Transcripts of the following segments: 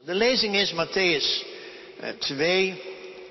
De lezing is Mattheüs 2,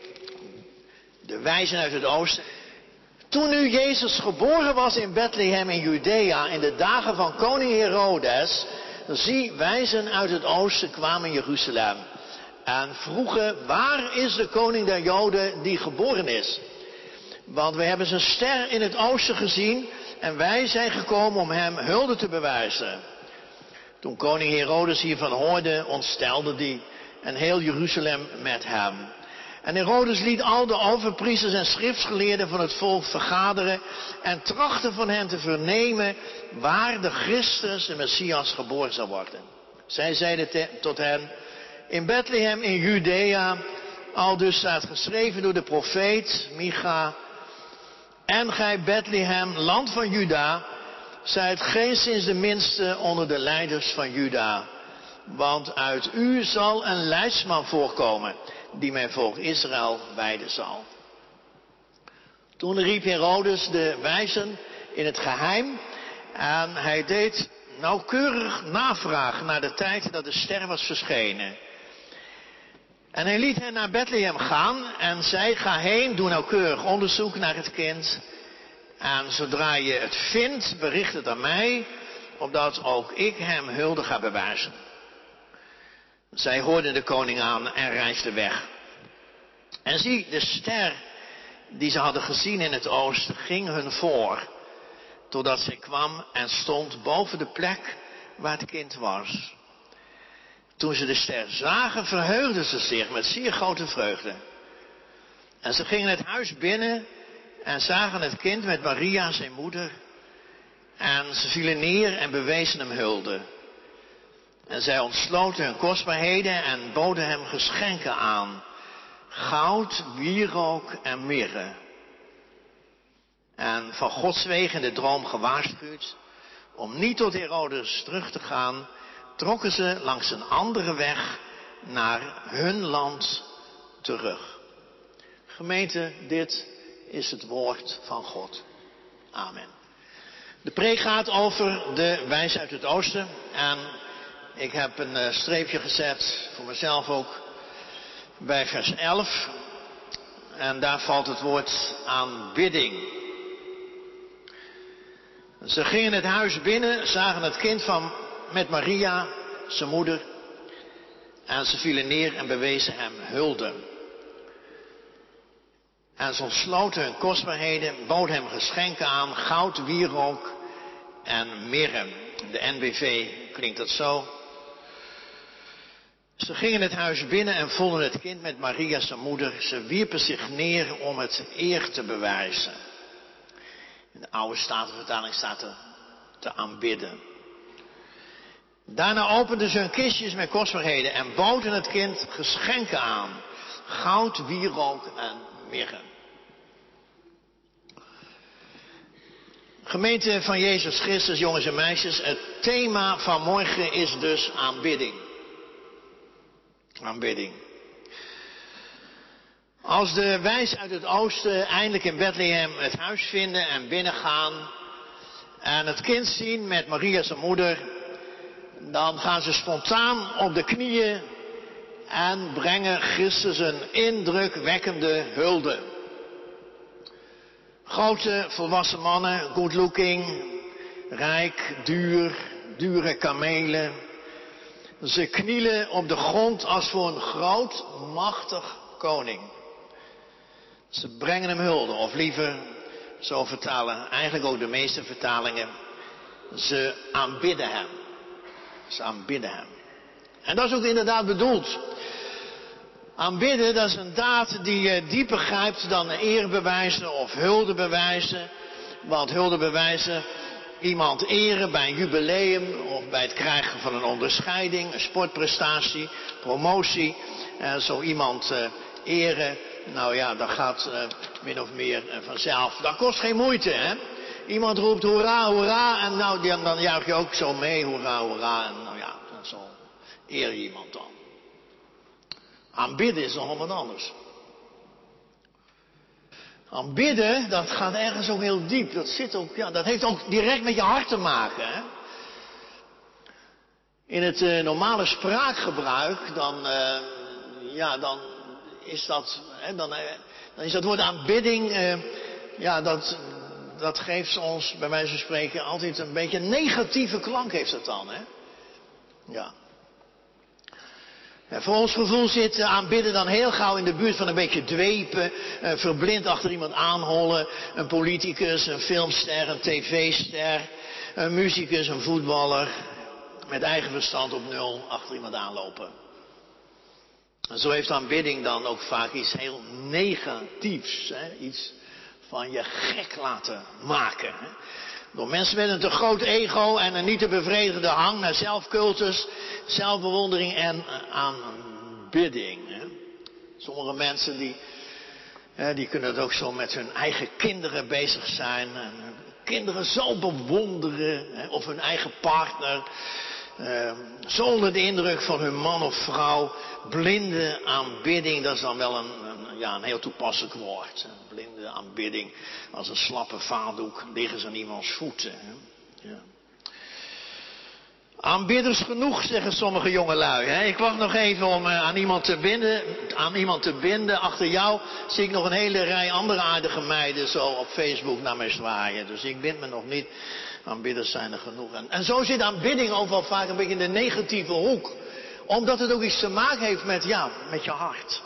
de wijzen uit het oosten. Toen nu Jezus geboren was in Bethlehem in Judea in de dagen van koning Herodes, zie, wijzen uit het oosten kwamen in Jeruzalem en vroegen, waar is de koning der Joden die geboren is? Want we hebben zijn ster in het oosten gezien en wij zijn gekomen om hem hulde te bewijzen. Toen koning Herodes hiervan hoorde, ontstelde die en heel Jeruzalem met hem. En Herodes liet al de overpriesters en schriftgeleerden van het volk vergaderen en trachtte van hen te vernemen waar de Christus, de Messias, geboren zou worden. Zij zeiden tot hen, in Bethlehem in Judea, aldus staat geschreven door de profeet Micha, en gij Bethlehem, land van Juda, zijt geenszins de minste onder de leiders van Juda. Want uit u zal een leidsman voorkomen, die mijn volk Israël wijden zal. Toen riep Herodes de wijzen in het geheim en hij deed nauwkeurig navraag naar de tijd dat de ster was verschenen. En hij liet hen naar Bethlehem gaan en zei, ga heen, doe nauwkeurig onderzoek naar het kind. En zodra je het vindt, bericht het aan mij, opdat ook ik hem hulde ga bewijzen. Zij hoorden de koning aan en reisden weg. En zie, de ster die ze hadden gezien in het oosten ging hun voor, totdat zij kwam en stond boven de plek waar het kind was. Toen ze de ster zagen, verheugden ze zich met zeer grote vreugde. En ze gingen het huis binnen en zagen het kind met Maria, zijn moeder. En ze vielen neer en bewezen hem hulde. En zij ontsloten hun kostbaarheden en boden hem geschenken aan. Goud, wierook en mirre. En van Gods wegen in de droom gewaarschuwd om niet tot Herodes terug te gaan, trokken ze langs een andere weg naar hun land terug. Gemeente, dit is het woord van God. Amen. De preek gaat over de wijzen uit het oosten. En ik heb een streepje gezet, voor mezelf ook, bij vers 11. En daar valt het woord aanbidding. Ze gingen het huis binnen, zagen het kind met Maria, zijn moeder. En ze vielen neer en bewezen hem hulde. En ze ontsloten hun kostbaarheden, boden hem geschenken aan, goud, wierook en mirre. De NBV klinkt dat zo. Ze gingen het huis binnen en vonden het kind met Maria, zijn moeder. Ze wierpen zich neer om het eer te bewijzen. In de oude Statenvertaling staat er te aanbidden. Daarna openden ze hun kistjes met kostbaarheden en boden het kind geschenken aan. Goud, wierook en mirre. Gemeente van Jezus Christus, jongens en meisjes, het thema van morgen is dus aanbidding. Aanbidding. Als de wijzen uit het oosten eindelijk in Bethlehem het huis vinden en binnengaan en het kind zien met Maria zijn moeder, dan gaan ze spontaan op de knieën en brengen Christus een indrukwekkende hulde. Grote volwassen mannen, good looking, rijk, dure kamelen. Ze knielen op de grond als voor een groot, machtig koning. Ze brengen hem hulde, of liever, zo vertalen eigenlijk ook de meeste vertalingen, ze aanbidden hem. Ze aanbidden hem. En dat is ook inderdaad bedoeld. Aanbidden, dat is een daad die je dieper grijpt dan eer bewijzen of hulde bewijzen. Want hulde bewijzen, iemand eren bij een jubileum of bij het krijgen van een onderscheiding, een sportprestatie, promotie. Zo iemand eren, nou ja, dat gaat min of meer vanzelf. Dat kost geen moeite, hè. Iemand roept hoera, hoera en nou, dan juich je ook zo mee, hoera, hoera. En nou ja, zo eer je iemand dan. Aanbidden is nogal wat anders. Aanbidden, dat gaat ergens ook heel diep. Dat zit ook, ja, dat heeft ook direct met je hart te maken. Hè? In het normale spraakgebruik, dan is dat woord aanbidding, dat geeft ons, bij wijze van spreken, altijd een beetje een negatieve klank heeft het dan, hè? Ja. En voor ons gevoel zit aanbidden dan heel gauw in de buurt van een beetje dwepen, verblind achter iemand aanhollen, een politicus, een filmster, een tv-ster, een muzikus, een voetballer, met eigen verstand op nul achter iemand aanlopen. En zo heeft aanbidding dan ook vaak iets heel negatiefs, hè? Iets van je gek laten maken. Hè? Door mensen met een te groot ego en een niet te bevredigende hang naar zelfcultus, zelfbewondering en aanbidding. Hè? Sommige mensen die kunnen het ook zo met hun eigen kinderen bezig zijn. En hun kinderen zo bewonderen, hè? Of hun eigen partner. Zo onder de indruk van hun man of vrouw. Blinde aanbidding, dat is dan wel een heel toepasselijk woord. Blinde aanbidding, als een slappe vaatdoek liggen ze aan iemands voeten. Hè? Ja. Aanbidders genoeg, zeggen sommige jongelui. Hè? Ik wacht nog even om aan iemand te binden. Achter jou zie ik nog een hele rij andere aardige meiden zo op Facebook naar mij zwaaien. Dus ik bind me nog niet. Aanbidders zijn er genoeg. En zo zit aanbidding ook wel vaak een beetje in de negatieve hoek. Omdat het ook iets te maken heeft met je hart.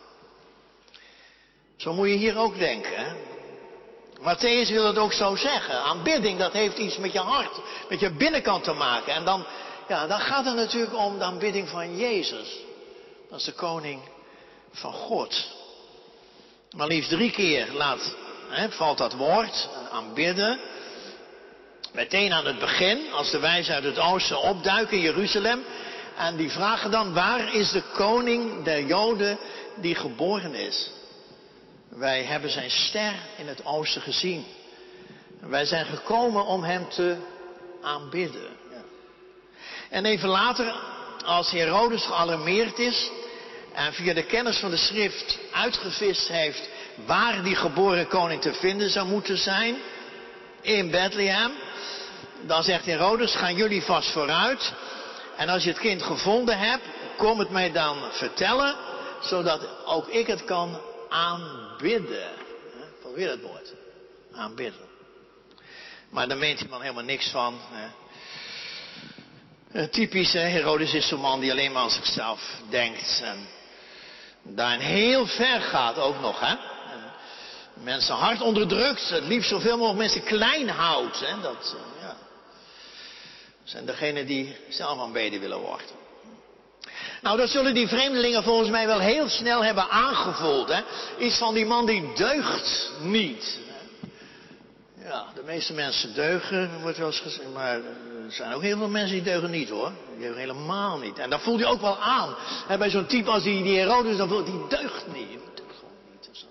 Zo moet je hier ook denken. Hè? Matthäus wil het ook zo zeggen. Aanbidding, dat heeft iets met je hart, met je binnenkant te maken. En dan gaat het natuurlijk om de aanbidding van Jezus. Dat is de koning van God. Maar liefst 3 keer valt dat woord, aanbidden. Meteen aan het begin, als de wijzen uit het oosten opduiken in Jeruzalem. En die vragen dan, waar is de koning der Joden die geboren is? Wij hebben zijn ster in het oosten gezien. Wij zijn gekomen om hem te aanbidden. Ja. En even later, als Herodes gealarmeerd is en via de kennis van de schrift uitgevist heeft waar die geboren koning te vinden zou moeten zijn, in Bethlehem, dan zegt Herodes, gaan jullie vast vooruit. En als je het kind gevonden hebt, kom het mij dan vertellen, zodat ook ik het kan aanbidden. Van weer het woord. Aanbidden. Maar daar meent die man helemaal niks van. Typisch, hè? Herodes is zo'n man die alleen maar aan zichzelf denkt. En daarin heel ver gaat ook nog. Hè? En mensen hard onderdrukt. Het liefst zoveel mogelijk mensen klein houdt. Hè? Dat zijn degenen die zelf aanbeden willen worden. Nou, dat zullen die vreemdelingen volgens mij wel heel snel hebben aangevoeld. Hè? Iets van die man die deugt niet. Ja, de meeste mensen deugen, wordt wel eens gezegd. Maar er zijn ook heel veel mensen die deugen niet, hoor. Die deugen helemaal niet. En dat voelt je ook wel aan. Hè, bij zo'n type als die Herodes, dan voelt die deugt niet. Die deugt gewoon niet. En zo.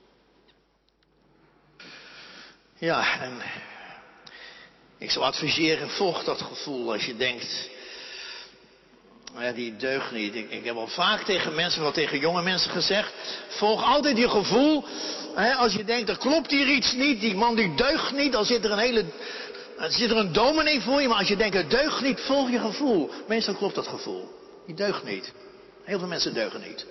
Ja, en ik zou adviseren, volg dat gevoel als je denkt, die deugt niet. Ik heb al vaak tegen mensen, wel tegen jonge mensen gezegd, volg altijd je gevoel. Als je denkt, er klopt hier iets niet, die man die deugt niet, dan zit er een dominee voor je. Maar als je denkt, het deugt niet, volg je gevoel. Meestal klopt dat gevoel. Die deugt niet. Heel veel mensen deugen niet.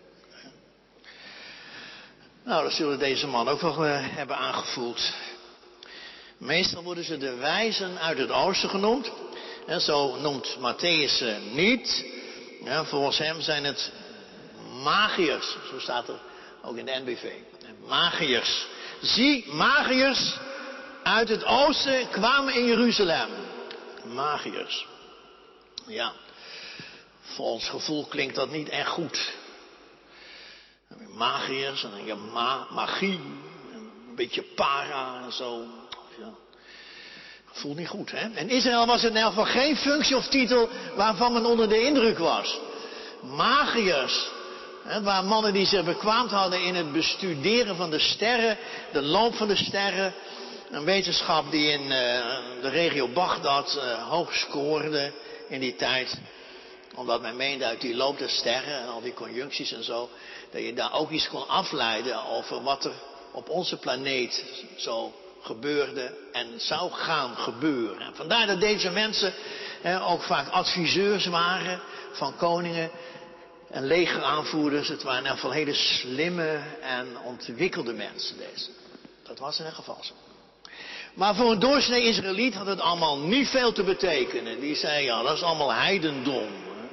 Nou, dat zullen deze man ook wel hebben aangevoeld. Meestal worden ze de wijzen uit het oosten genoemd. En zo noemt Matthäus ze niet. Ja, volgens hem zijn het magiërs. Zo staat er ook in de NBV. Magiërs. Zie, magiërs uit het oosten kwamen in Jeruzalem. Magiërs. Ja, voor ons gevoel klinkt dat niet echt goed. Magiërs en dan denk je magie. Een beetje para en zo. Ja. Voelt niet goed, hè? In Israël was het in elk geval geen functie of titel waarvan men onder de indruk was. Magiërs. Het waren mannen die zich bekwaamd hadden in het bestuderen van de sterren, de loop van de sterren. Een wetenschap die in de regio Bagdad hoog scoorde in die tijd. Omdat men meende uit die loop der sterren en al die conjuncties en zo, dat je daar ook iets kon afleiden over wat er op onze planeet zo gebeurde en zou gaan gebeuren. En vandaar dat deze mensen ook vaak adviseurs waren van koningen en legeraanvoerders. Het waren in ieder geval hele slimme en ontwikkelde mensen deze. Dat was in ieder geval zo. Maar voor een doorsnee Israëliet had het allemaal niet veel te betekenen. Die zei, ja, dat is allemaal heidendom.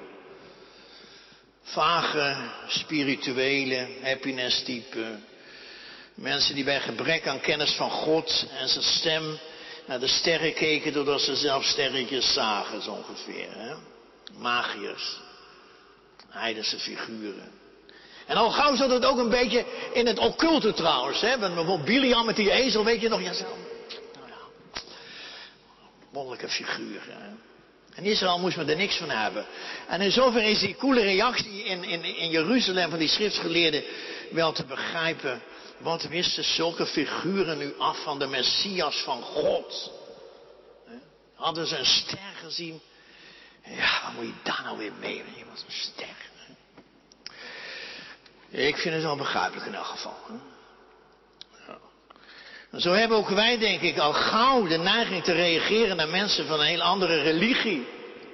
Vage, spirituele, happiness type. Mensen die bij gebrek aan kennis van God en zijn stem naar de sterren keken doordat ze zelf sterretjes zagen, zo ongeveer. Hè? Magiërs. Heidense figuren. En al gauw zat het ook een beetje in het occulte trouwens. Hè? Bijvoorbeeld Biliam met die ezel, weet je nog? Ja, wonderlijke figuren. Hè? En Israël moest me er niks van hebben. En in zover is die koele reactie in Jeruzalem van die schriftgeleerden wel te begrijpen. Wat wisten zulke figuren nu af van de Messias van God? Hadden ze een ster gezien? Ja, wat moet je daar nou weer mee? Je was een ster. Ik vind het wel begrijpelijk in elk geval. Zo hebben ook wij, denk ik, al gauw de neiging te reageren naar mensen van een heel andere religie.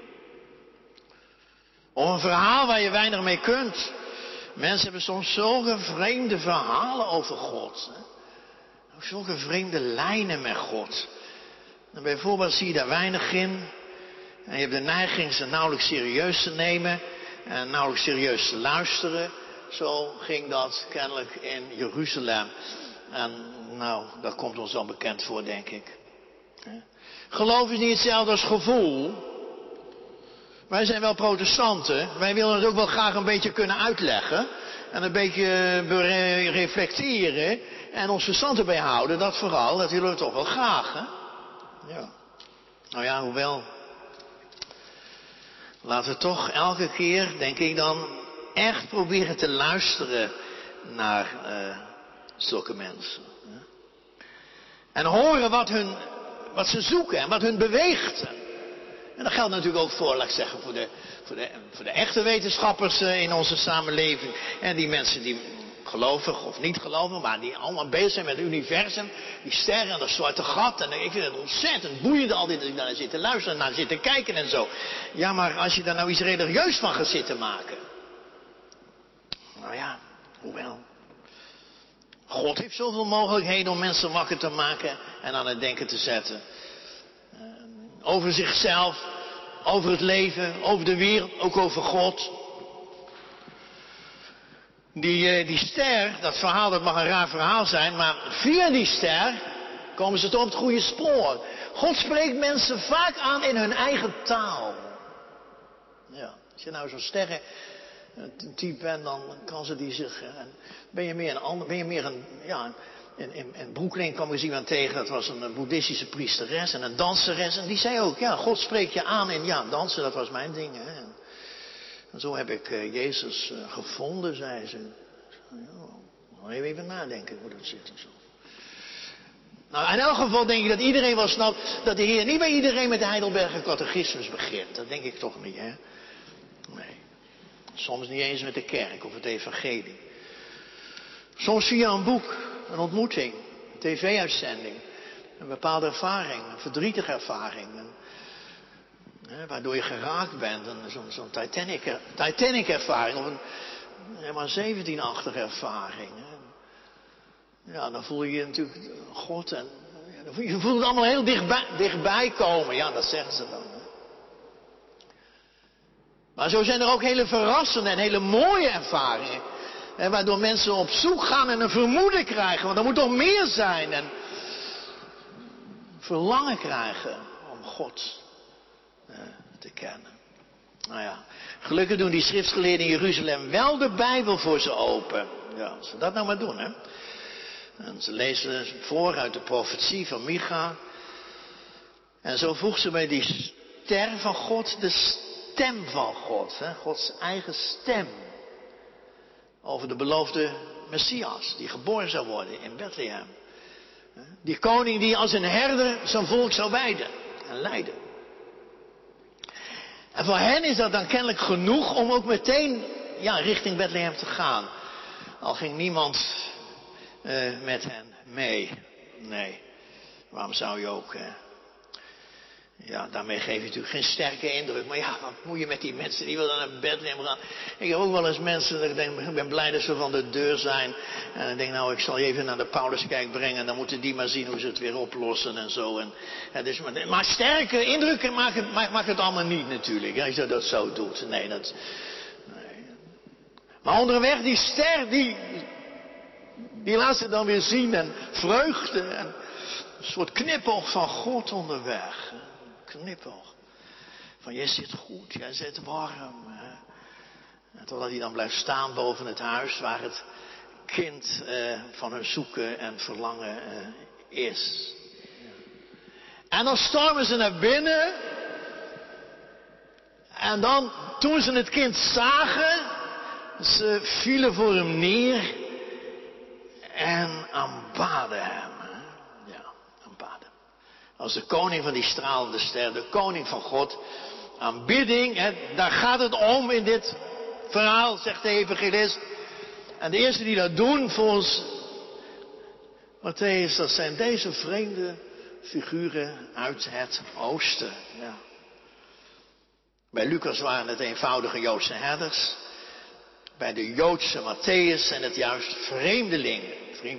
Of een verhaal waar je weinig mee kunt. Mensen hebben soms zulke vreemde verhalen over God. Zulke vreemde lijnen met God. En bijvoorbeeld zie je daar weinig in. En je hebt de neiging ze nauwelijks serieus te nemen. En nauwelijks serieus te luisteren. Zo ging dat kennelijk in Jeruzalem. En nou, dat komt ons dan bekend voor, denk ik. Geloof is niet hetzelfde als gevoel. Wij zijn wel protestanten. Wij willen het ook wel graag een beetje kunnen uitleggen. En een beetje reflecteren. En ons verstand erbij houden. Dat vooral, dat willen we toch wel graag. Hè? Ja. Nou ja, hoewel. Laten we toch elke keer, denk ik dan, echt proberen te luisteren naar zulke mensen. En horen wat ze zoeken en wat hun beweegt. En dat geldt natuurlijk ook voor, laat ik zeggen, voor de echte wetenschappers in onze samenleving. En die mensen die gelovig of niet gelovig, maar die allemaal bezig zijn met het universum. Die sterren en dat zwarte gat. En ik vind het ontzettend boeiend altijd dat ik daar zit te luisteren en naar zit te kijken en zo. Ja, maar als je daar nou iets religieus van gaat zitten maken. Nou ja, hoewel. God heeft zoveel mogelijkheden om mensen wakker te maken en aan het denken te zetten. Over zichzelf, over het leven, over de wereld, ook over God. Die ster, dat verhaal, dat mag een raar verhaal zijn, maar via die ster komen ze toch op het goede spoor. God spreekt mensen vaak aan in hun eigen taal. Ja, als je nou zo'n sterren type bent, dan kan ze die zich. Ben je meer een. In Brooklyn kwam ik iemand tegen, dat was een boeddhistische priesteres en een danseres. En die zei ook, ja, God spreekt je aan in, ja, dansen, dat was mijn ding. Hè. En zo heb ik Jezus gevonden, zei ze. Ja, even nadenken hoe dat zit en zo. Nou, in elk geval denk ik dat iedereen wel snapt dat de Heer niet bij iedereen met de Heidelberger catechismus begint. Dat denk ik toch niet, hè. Nee. Soms niet eens met de kerk of het evangelie. Soms via een boek, een ontmoeting, een tv-uitzending, een bepaalde ervaring, een verdrietige ervaring. Waardoor je geraakt bent, zo'n Titanic-ervaring of een 17-achtige ervaring. Ja, dan voel je je natuurlijk God en je voelt het allemaal heel dichtbij komen. Ja, dat zeggen ze dan. Maar zo zijn er ook hele verrassende en hele mooie ervaringen. Waardoor mensen op zoek gaan en een vermoeden krijgen. Want er moet toch meer zijn. En verlangen krijgen om God te kennen. Nou ja, gelukkig doen die schriftgeleerden in Jeruzalem wel de Bijbel voor ze open. Ja, als ze dat nou maar doen, hè. En ze lezen voor uit de profetie van Micha. En zo voegt ze bij die ster van God de stem van God. Hè? Gods eigen stem. Over de beloofde Messias die geboren zou worden in Bethlehem. Die koning die als een herder zijn volk zou wijden en leiden. En voor hen is dat dan kennelijk genoeg om ook meteen richting Bethlehem te gaan. Al ging niemand met hen mee. Nee. Waarom zou je ook... Ja, daarmee geef je natuurlijk geen sterke indruk. Maar ja, wat moet je met die mensen die willen naar Bethlehem gaan? Ik heb ook wel eens mensen dat ik denk, ik ben blij dat ze van de deur zijn. En ik denk, nou, ik zal je even naar de Pauluskerk brengen. En dan moeten die maar zien hoe ze het weer oplossen en zo. Dus, maar sterke indrukken maakt het allemaal niet natuurlijk. Als je dat zo doet. Nee. Maar onderweg, die ster, die laat ze dan weer zien. En vreugde. En een soort knipoog van God onderweg. Knipoog. Van jij zit goed, jij zit warm. En totdat hij dan blijft staan boven het huis waar het kind van hun zoeken en verlangen is. En dan stormen ze naar binnen. En dan, toen ze het kind zagen, ze vielen voor hem neer en aanbaden hem. Als de koning van die stralende ster, de koning van God. Aanbidding, daar gaat het om in dit verhaal, zegt de evangelist. En de eerste die dat doen volgens Mattheüs, dat zijn deze vreemde figuren uit het oosten. Ja. Bij Lucas waren het eenvoudige Joodse herders. Bij de Joodse Mattheüs zijn het juist vreemdelingen.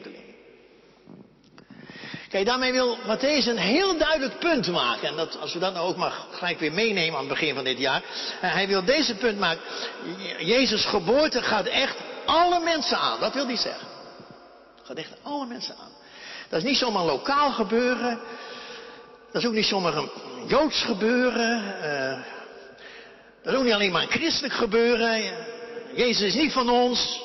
Kijk, daarmee wil Mattheüs een heel duidelijk punt maken. En dat, als we dat nou ook maar gelijk weer meenemen aan het begin van dit jaar. Hij wil deze punt maken. Jezus' geboorte gaat echt alle mensen aan. Dat wil hij zeggen. Gaat echt alle mensen aan. Dat is niet zomaar een lokaal gebeuren. Dat is ook niet zomaar een Joods gebeuren. Dat is ook niet alleen maar een christelijk gebeuren. Jezus is niet van ons.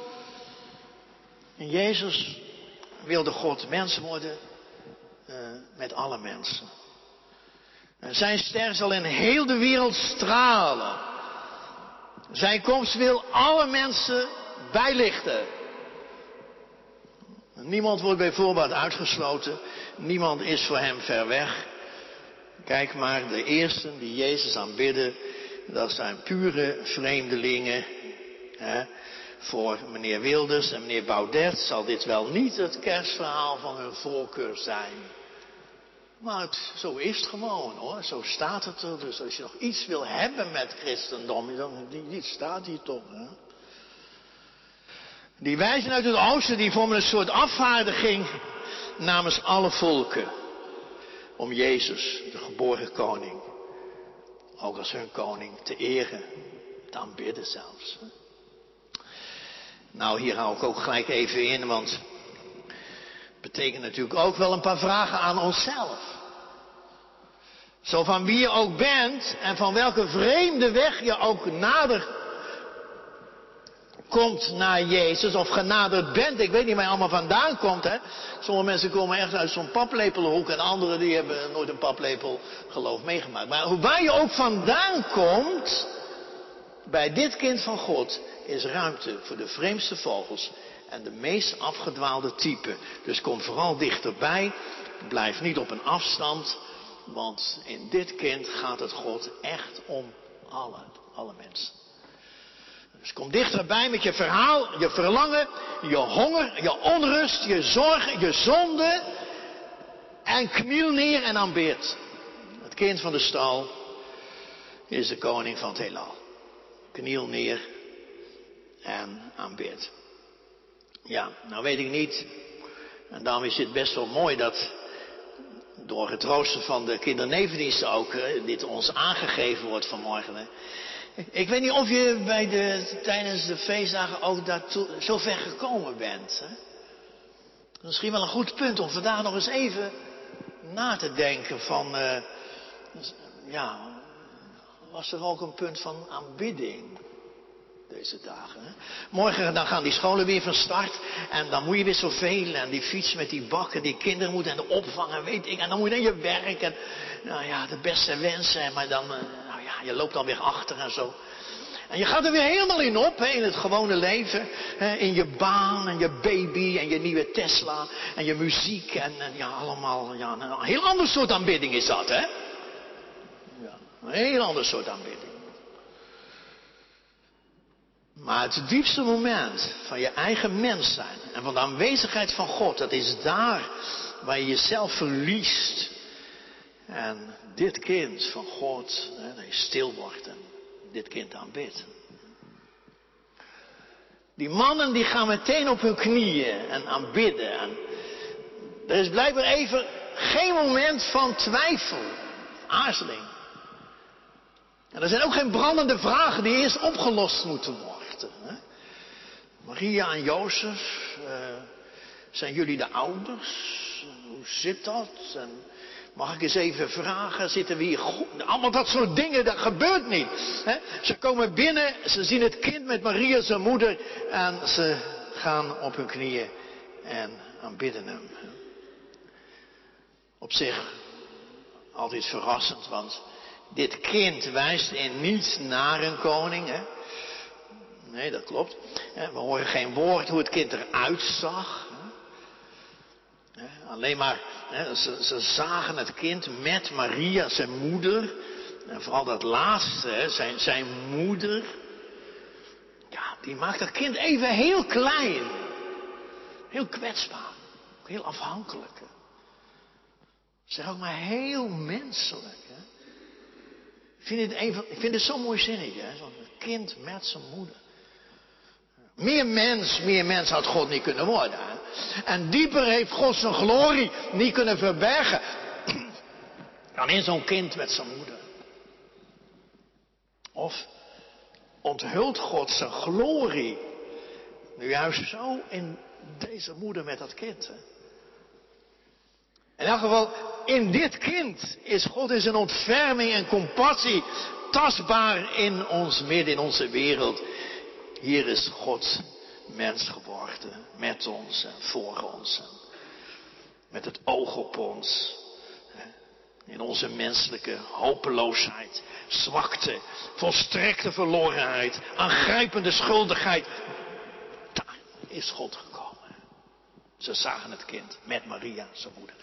En Jezus wilde God mens worden met alle mensen. En zijn ster zal in heel de wereld stralen. Zijn komst wil alle mensen bijlichten. Niemand wordt bij voorbaat uitgesloten. Niemand is voor hem ver weg. Kijk maar, de eersten die Jezus aanbidden, dat zijn pure vreemdelingen. Voor meneer Wilders en meneer Baudet zal dit wel niet het kerstverhaal van hun voorkeur zijn. Maar zo is het gewoon hoor, zo staat het er. Dus als je nog iets wil hebben met christendom, dan die staat hier toch. Hè? Die wijzen uit het oosten, die vormen een soort afvaardiging namens alle volken. Om Jezus, de geboren koning, ook als hun koning, te eren, te aanbidden zelfs. Nou, hier hou ik ook gelijk even in, want het betekent natuurlijk ook wel een paar vragen aan onszelf. Zo van wie je ook bent en van welke vreemde weg je ook nader komt naar Jezus of genaderd bent. Ik weet niet waar je allemaal vandaan komt. Hè? Sommige mensen komen echt uit zo'n paplepelhoek en anderen die hebben nooit een paplepel geloof meegemaakt. Maar waar je ook vandaan komt, bij dit kind van God is ruimte voor de vreemdste vogels en de meest afgedwaalde typen. Dus kom vooral dichterbij, blijf niet op een afstand, want in dit kind gaat het God echt om alle mensen. Dus kom dichterbij met je verhaal, je verlangen, je honger, je onrust, je zorgen, je zonde en kniel neer en aanbid. Het kind van de stal is de koning van het heelal. Kniel neer en aanbid. Ja, nou weet ik niet. En daarom is het best wel mooi dat door het rooster van de kindernevendiensten ook dit ons aangegeven wordt vanmorgen. Hè. Ik weet niet of je tijdens de feestdagen ook daartoe zo ver gekomen bent. Hè. Misschien wel een goed punt om vandaag nog eens even na te denken van, was er ook een punt van aanbidding deze dagen. Hè? Morgen dan gaan die scholen weer van start en dan moet je weer zoveel en die fiets met die bakken, die kinderen moeten en de opvang en weet ik en dan moet je naar je werk en de beste wensen, maar dan, je loopt dan weer achter en zo. En je gaat er weer helemaal in op, hè, in het gewone leven. Hè, in je baan en je baby en je nieuwe Tesla en je muziek en allemaal. Ja, een heel ander soort aanbidding is dat, hè? Ja, een heel ander soort aanbidding. Maar het diepste moment van je eigen mens zijn en van de aanwezigheid van God, dat is daar waar je jezelf verliest. En dit kind van God, dat je stil wordt en dit kind aanbidt. Die mannen die gaan meteen op hun knieën en aanbidden. En er is blijkbaar even geen moment van twijfel, aarzeling. En er zijn ook geen brandende vragen die eerst opgelost moeten worden. Hè? Maria en Jozef, zijn jullie de ouders? Hoe zit dat? En mag ik eens even vragen, zitten we hier goed? Allemaal dat soort dingen, dat gebeurt niet. Hè? Ze komen binnen, ze zien het kind met Maria zijn moeder en ze gaan op hun knieën en aanbidden hem. Op zich altijd verrassend, want dit kind wijst in niets naar een koning. Hè? Nee, dat klopt. We horen geen woord hoe het kind eruit zag. Alleen maar, ze zagen het kind met Maria, zijn moeder. En vooral dat laatste, zijn moeder. Ja, die maakt dat kind even heel klein. Heel kwetsbaar. Heel afhankelijk. Zeg ook maar heel menselijk. Hè? Ik vind het zo'n mooi zinnetje. Zo'n kind met zijn moeder. Meer mens had God niet kunnen worden. Hè? En dieper heeft God zijn glorie niet kunnen verbergen dan in zo'n kind met zijn moeder. Of onthult God zijn glorie nu juist zo in deze moeder met dat kind. Hè? In elk geval, in dit kind is God in zijn ontferming en compassie tastbaar in ons midden, in onze wereld. Hier is God mens geworden, met ons en voor ons. En met het oog op ons. In onze menselijke hopeloosheid, zwakte, volstrekte verlorenheid, aangrijpende schuldigheid. Daar is God gekomen. Ze zagen het kind met Maria, zijn moeder.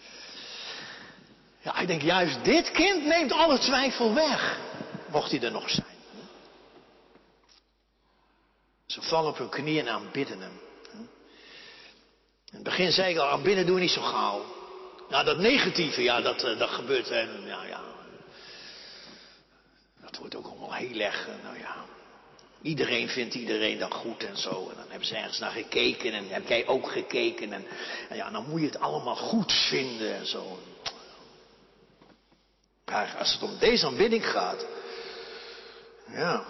Ja, ik denk juist dit kind neemt alle twijfel weg. Mocht hij er nog zijn. Ze vallen op hun knieën en aanbidden hem. In het begin zei ik al, aanbidden doen we niet zo gauw. Nou, dat negatieve, ja, dat gebeurt. Dat wordt ook allemaal heel erg, iedereen vindt iedereen dan goed en zo. En dan hebben ze ergens naar gekeken en heb jij ook gekeken. En dan moet je het allemaal goed vinden en zo. Maar als het om deze aanbidding gaat. Ja.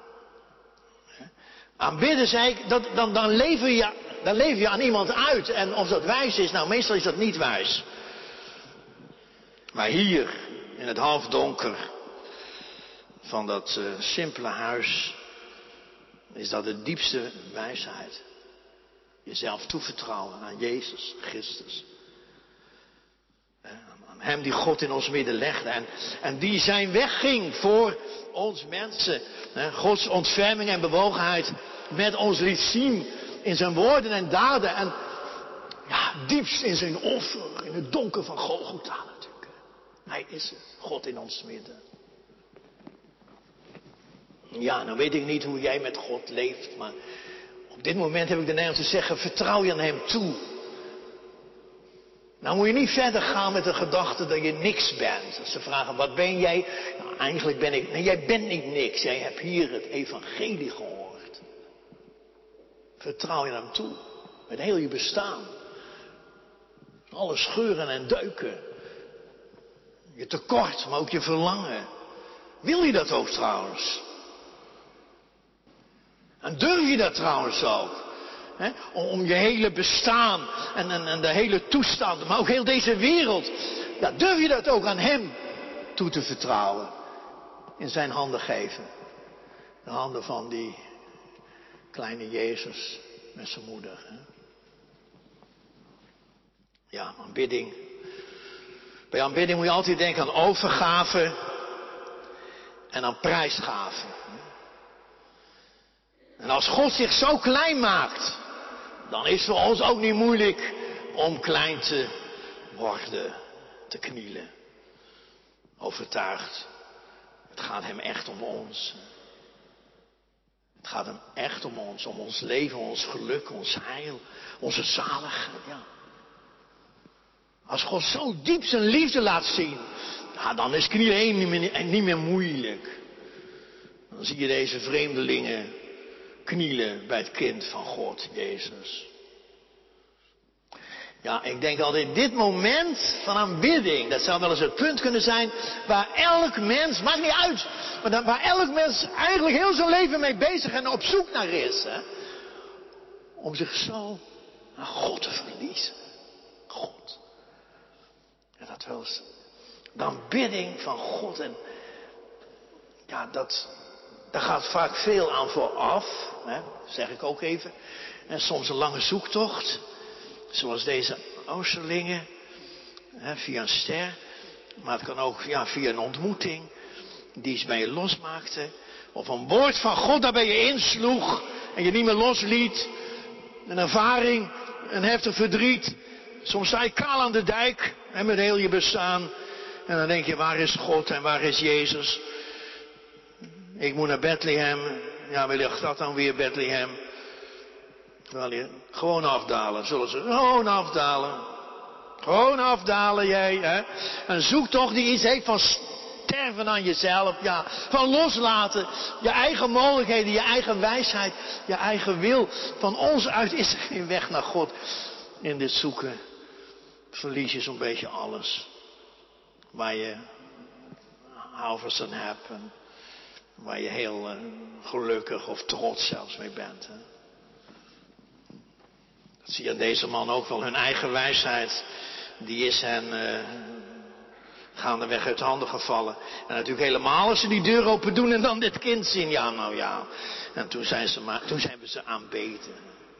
Aanbidden, zei ik, dan lever je aan iemand uit. En of dat wijs is, nou meestal is dat niet wijs. Maar hier, in het halfdonker van dat simpele huis, is dat de diepste wijsheid. Jezelf toevertrouwen aan Jezus Christus. Aan hem die God in ons midden legde. En die zijn weg ging voor ons mensen. Gods ontferming en bewogenheid met ons liet zien in zijn woorden en daden. En diepst in zijn offer, in het donker van Golgotha natuurlijk. Hij is het, God in ons midden. Ja, nou weet ik niet hoe jij met God leeft, maar op dit moment heb ik de neiging te zeggen, vertrouw je aan hem toe. Nou moet je niet verder gaan met de gedachte dat je niks bent. Als ze vragen, wat ben jij? Nou, eigenlijk ben ik... Nee, jij bent niet niks. Jij hebt hier het evangelie gehoord. Vertrouw je aan hem toe. Met heel je bestaan. Alle scheuren en deuken. Je tekort, maar ook je verlangen. Wil je dat ook trouwens? En durf je dat trouwens ook? Om je hele bestaan en de hele toestand, maar ook heel deze wereld. Ja, durf je dat ook aan hem toe te vertrouwen? In zijn handen geven. De handen van die kleine Jezus met zijn moeder. Ja, aanbidding. Bij aanbidding moet je altijd denken aan overgave en aan prijsgave. En als God zich zo klein maakt, dan is het voor ons ook niet moeilijk om klein te worden, te knielen. Overtuigd. Het gaat hem echt om ons. Het gaat hem echt om ons leven, ons geluk, ons heil, onze zaligheid. Ja. Als God zo diep zijn liefde laat zien, nou, dan is knielen niet meer moeilijk. Dan zie je deze vreemdelingen knielen bij het kind van God, Jezus. Ja, ik denk altijd, dit moment van aanbidding, dat zou wel eens het punt kunnen zijn waar elk mens, maakt niet uit, maar waar elk mens eigenlijk heel zijn leven mee bezig en op zoek naar is. Hè? Om zich zo naar God te verliezen. God. Ja, dat wel eens. De aanbidding van God. En ja, daar gaat vaak veel aan vooraf. Hè, zeg ik ook even. En soms een lange zoektocht. Zoals deze Oosterlingen. Hè, via een ster. Maar het kan ook via een ontmoeting. Die iets bij je losmaakte. Of een woord van God daarbij je insloeg. En je niet meer losliet. Een ervaring. Een heftig verdriet. Soms sta je kaal aan de dijk. En met heel je bestaan. En dan denk je, waar is God en waar is Jezus? Ik moet naar Bethlehem. Ja, wie ligt dat dan weer, Bethlehem? Gewoon afdalen, zullen ze. Gewoon afdalen. Gewoon afdalen, jij. Hè? Een zoektocht die iets heeft van sterven aan jezelf. Ja, van loslaten. Je eigen mogelijkheden, je eigen wijsheid, je eigen wil. Van ons uit is er geen weg naar God. In dit zoeken verlies je zo'n beetje alles. Waar je houvers aan hebt. En waar je heel gelukkig of trots zelfs mee bent. Hè. Dat zie je aan deze man ook wel. Hun eigen wijsheid. Die is hen gaandeweg uit handen gevallen. En natuurlijk helemaal als ze die deur open doen en dan dit kind zien. Ja, nou ja. En toen zijn we ze aanbeten.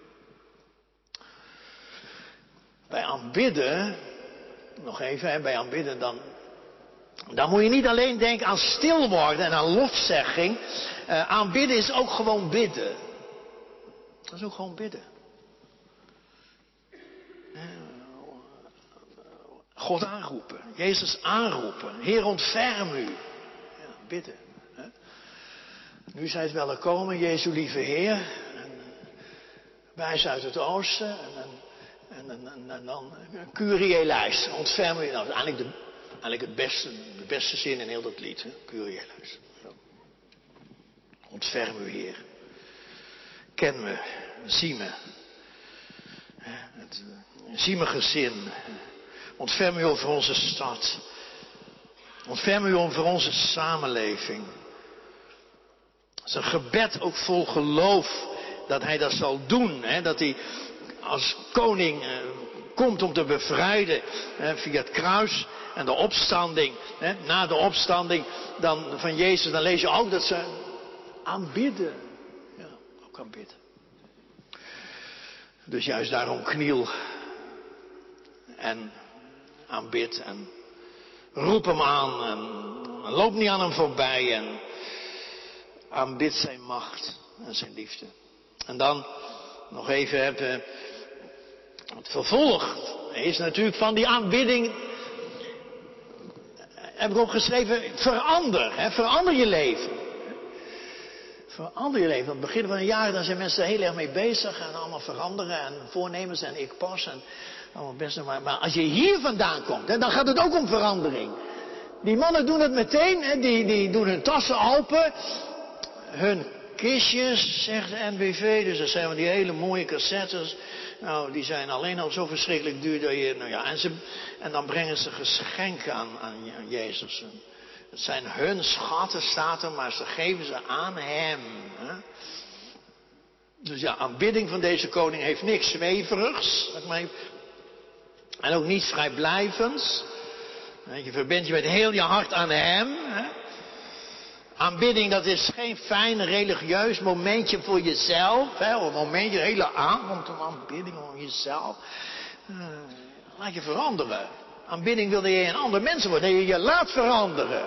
Bij aanbidden, nog even, hè, bij aanbidden dan moet je niet alleen denken aan stil worden en aan lofzegging. Aanbidden is ook gewoon bidden. Dat is ook gewoon bidden. God aanroepen, Jezus aanroepen. Heer, ontferm u. Ja, bidden. Hè. Nu zijt wel gekomen, Jezus lieve Heer. Wijs uit het oosten. En dan Kyrie eleison, ontferm u. Nou, eigenlijk de beste zin in heel dat lied. Hè? Kyrie eleison. Ontferm u, Heer. Ken me, zie me. Zie me gezin. Ontferm u over onze stad. Ontferm u over onze samenleving. Het is een gebed ook vol geloof dat hij dat zal doen. Hè? Dat hij als koning komt om te bevrijden via het kruis en de opstanding. Na de opstanding dan van Jezus, dan lees je ook dat ze aanbidden. Ja, ook aanbidden. Dus juist daarom kniel en aanbid en roep hem aan en loop niet aan hem voorbij en aanbid zijn macht en zijn liefde. En dan nog even hebben het vervolg is natuurlijk van die aanbidding, heb ik ook geschreven, verander je leven. Verander je leven. Aan het begin van een jaar, dan zijn mensen er heel erg mee bezig en allemaal veranderen en voornemens en ik pas en allemaal best. Maar als je hier vandaan komt, dan gaat het ook om verandering. Die mannen doen het meteen, die doen hun tassen open, hun kistjes, zegt de NBV, dus dat zijn wel die hele mooie cassettes. Nou, die zijn alleen al zo verschrikkelijk duur dat je, en dan brengen ze geschenken aan Jezus. Het zijn hun schatten, staat er, maar ze geven ze aan hem. Hè? Dus ja, aanbidding van deze koning heeft niks zweverigs. En ook niets vrijblijvends. Je verbindt je met heel je hart aan hem. Hè? Aanbidding, dat is geen fijn religieus momentje voor jezelf. Hè? Of een momentje, een hele avond, een aanbidding om jezelf. Laat je veranderen. Aanbidding wil dat je een ander mens wordt. Dat je je laat veranderen.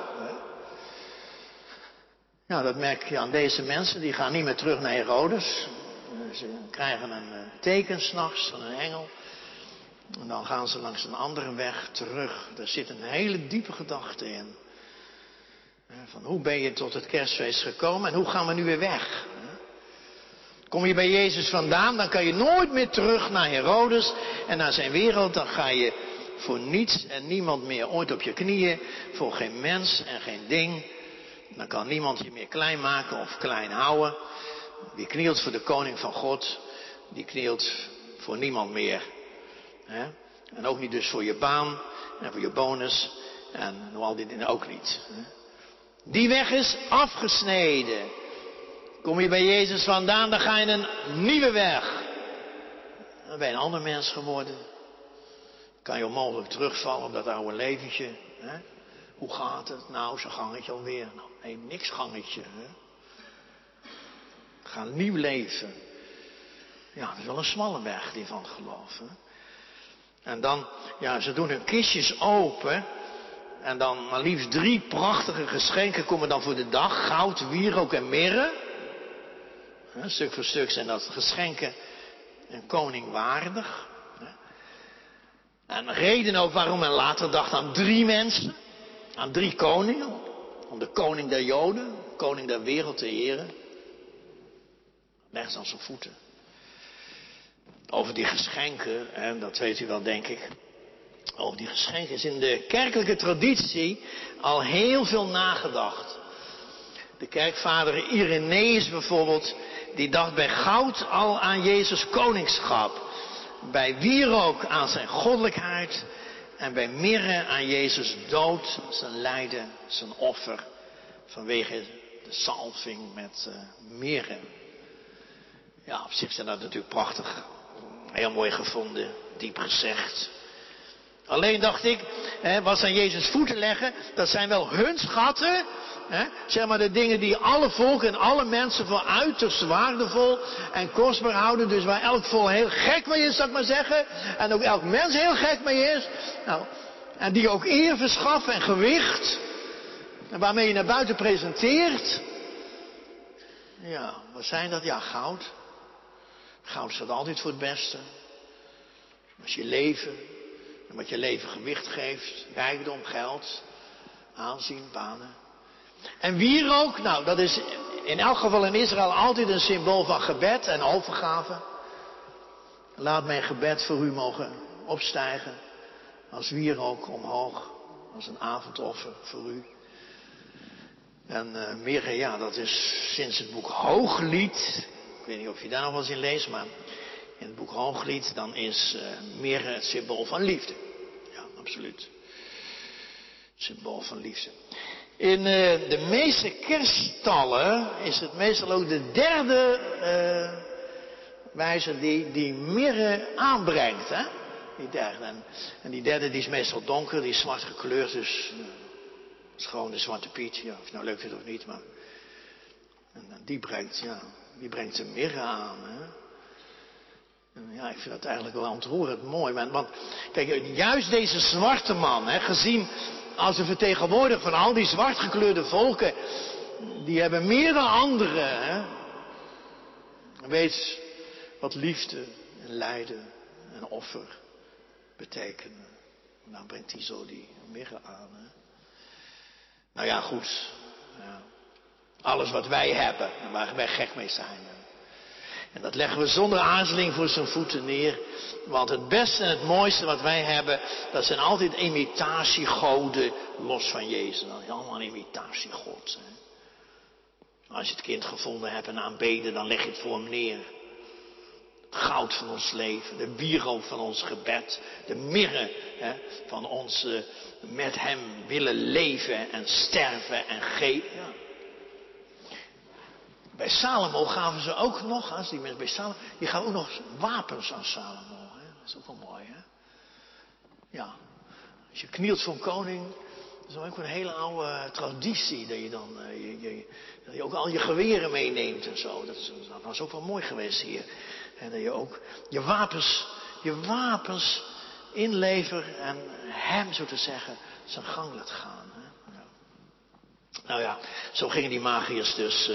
Ja, dat merk je aan deze mensen. Die gaan niet meer terug naar Herodes. Ze krijgen een teken 's nachts van een engel. En dan gaan ze langs een andere weg terug. Daar zit een hele diepe gedachte in. Van hoe ben je tot het kerstfeest gekomen en hoe gaan we nu weer weg? Kom je bij Jezus vandaan, dan kan je nooit meer terug naar Herodes en naar zijn wereld. Dan ga je voor niets en niemand meer ooit op je knieën, voor geen mens en geen ding. Dan kan niemand je meer klein maken of klein houden. Wie knielt voor de koning van God, die knielt voor niemand meer. Hè? En ook niet dus voor je baan en voor je bonus en al die dingen ook niet. Hè? Die weg is afgesneden. Kom je bij Jezus vandaan, dan ga je een nieuwe weg. Dan ben je een ander mens geworden. Kan je onmogelijk terugvallen op dat oude leventje. Hè? Hoe gaat het? Nou, zo'n gangetje alweer. Nou, nee, niks gangetje. Hè? Ga een nieuw leven. Ja, dat is wel een smalle weg, die van geloof. Hè? En dan, ja, ze doen hun kistjes open. En dan maar liefst 3 prachtige geschenken komen dan voor de dag. Goud, wierook en mirre. Stuk voor stuk zijn dat geschenken een koning waardig. En reden ook waarom men later dacht aan 3 mensen. Aan 3 koningen. Om de koning der Joden, koning der wereld te eren. Leg ze aan zijn voeten. Over die geschenken, en dat weet u wel denk ik. Over die geschenken is in de kerkelijke traditie al heel veel nagedacht. De kerkvader Irenaeus bijvoorbeeld, die dacht bij goud al aan Jezus koningschap. Bij wierook aan zijn goddelijkheid. En bij mirre aan Jezus dood, zijn lijden, zijn offer. Vanwege de salving met mirre. Ja, op zich zijn dat natuurlijk prachtig. Heel mooi gevonden, diep gezegd. Alleen dacht ik, wat ze aan Jezus voeten leggen, dat zijn wel hun schatten. Zeg maar de dingen die alle volken en alle mensen voor uiterst waardevol en kostbaar houden. Dus waar elk volk heel gek mee is, zou ik maar zeggen. En ook elk mens heel gek mee is. Nou, en die ook eer verschaffen en gewicht. En waarmee je naar buiten presenteert. Ja, wat zijn dat? Ja, goud. Goud staat altijd voor het beste. Als je leven, en wat je leven gewicht geeft, rijkdom, geld, aanzien, banen. En wierook, nou dat is in elk geval in Israël altijd een symbool van gebed en overgave. Laat mijn gebed voor u mogen opstijgen als wierook omhoog, als een avondoffer voor u. En mirre, ja, dat is sinds het boek Hooglied. Ik weet niet of je daar nog wel eens in leest, maar in het boek Hooglied, dan is mirre het symbool van liefde. Ja, absoluut. Het symbool van liefde. In de meeste kerststallen is het meestal ook de derde wijze die mirre aanbrengt. Hè? Die derde. En die derde die is meestal donker, die is zwart gekleurd, dus het is gewoon de Zwarte Piet. Ja, of je nou leuk vindt of niet, maar en die brengt de mirre aan. Hè? En ja, ik vind dat eigenlijk wel ontroerend mooi. Want kijk, juist deze zwarte man, gezien als een vertegenwoordiger van al die zwart gekleurde volken, die hebben meer dan anderen. Hè? Weet wat liefde en lijden en offer betekenen. En dan brengt hij zo die mirre aan. Hè? Nou ja, goed. Ja. Alles wat wij hebben en waar wij gek mee zijn. En dat leggen we zonder aarzeling voor zijn voeten neer. Want het beste en het mooiste wat wij hebben, dat zijn altijd imitatiegoden los van Jezus. Dat is allemaal een imitatiegod. Hè? Als je het kind gevonden hebt en aanbeden, dan leg je het voor hem neer. Het goud van ons leven, de wierook van ons gebed, de mirre van ons met hem willen leven en sterven en geven. Ja. Bij Salomo gaven ze ook nog, als die mensen bij Salomo, die gaven ook nog wapens aan Salomo. Hè? Dat is ook wel mooi, hè? Ja, als je knielt voor een koning, dat is ook een hele oude traditie, dat je dan, dat je ook al je geweren meeneemt en zo. Dat was ook wel mooi geweest hier. En dat je ook je wapens inlevert en hem, zo te zeggen, zijn gang laat gaan. Hè? Ja. Nou ja, zo gingen die magiërs dus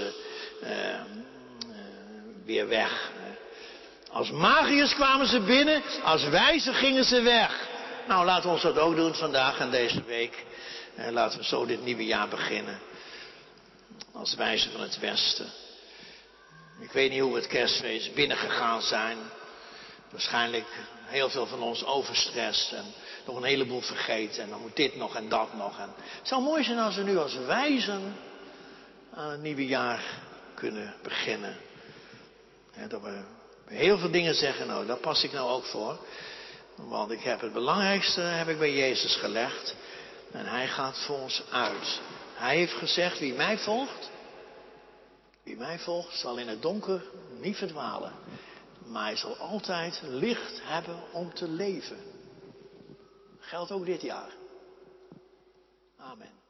weer weg. Als magiërs kwamen ze binnen, als wijzen gingen ze weg. Nou, laten we ons dat ook doen vandaag en deze week. Laten we zo dit nieuwe jaar beginnen. Als wijzen van het Westen. Ik weet niet hoe we het kerstfeest binnengegaan zijn. Waarschijnlijk heel veel van ons overstress en nog een heleboel vergeten. En dan moet dit nog en dat nog. En het zou mooi zijn als we nu als wijzen aan het nieuwe jaar kunnen beginnen. En dat we heel veel dingen zeggen, nou daar pas ik nou ook voor. Want ik heb het belangrijkste heb ik bij Jezus gelegd. En hij gaat voor ons uit. Hij heeft gezegd, wie mij volgt zal in het donker niet verdwalen. Maar hij zal altijd licht hebben om te leven. Geldt ook dit jaar. Amen.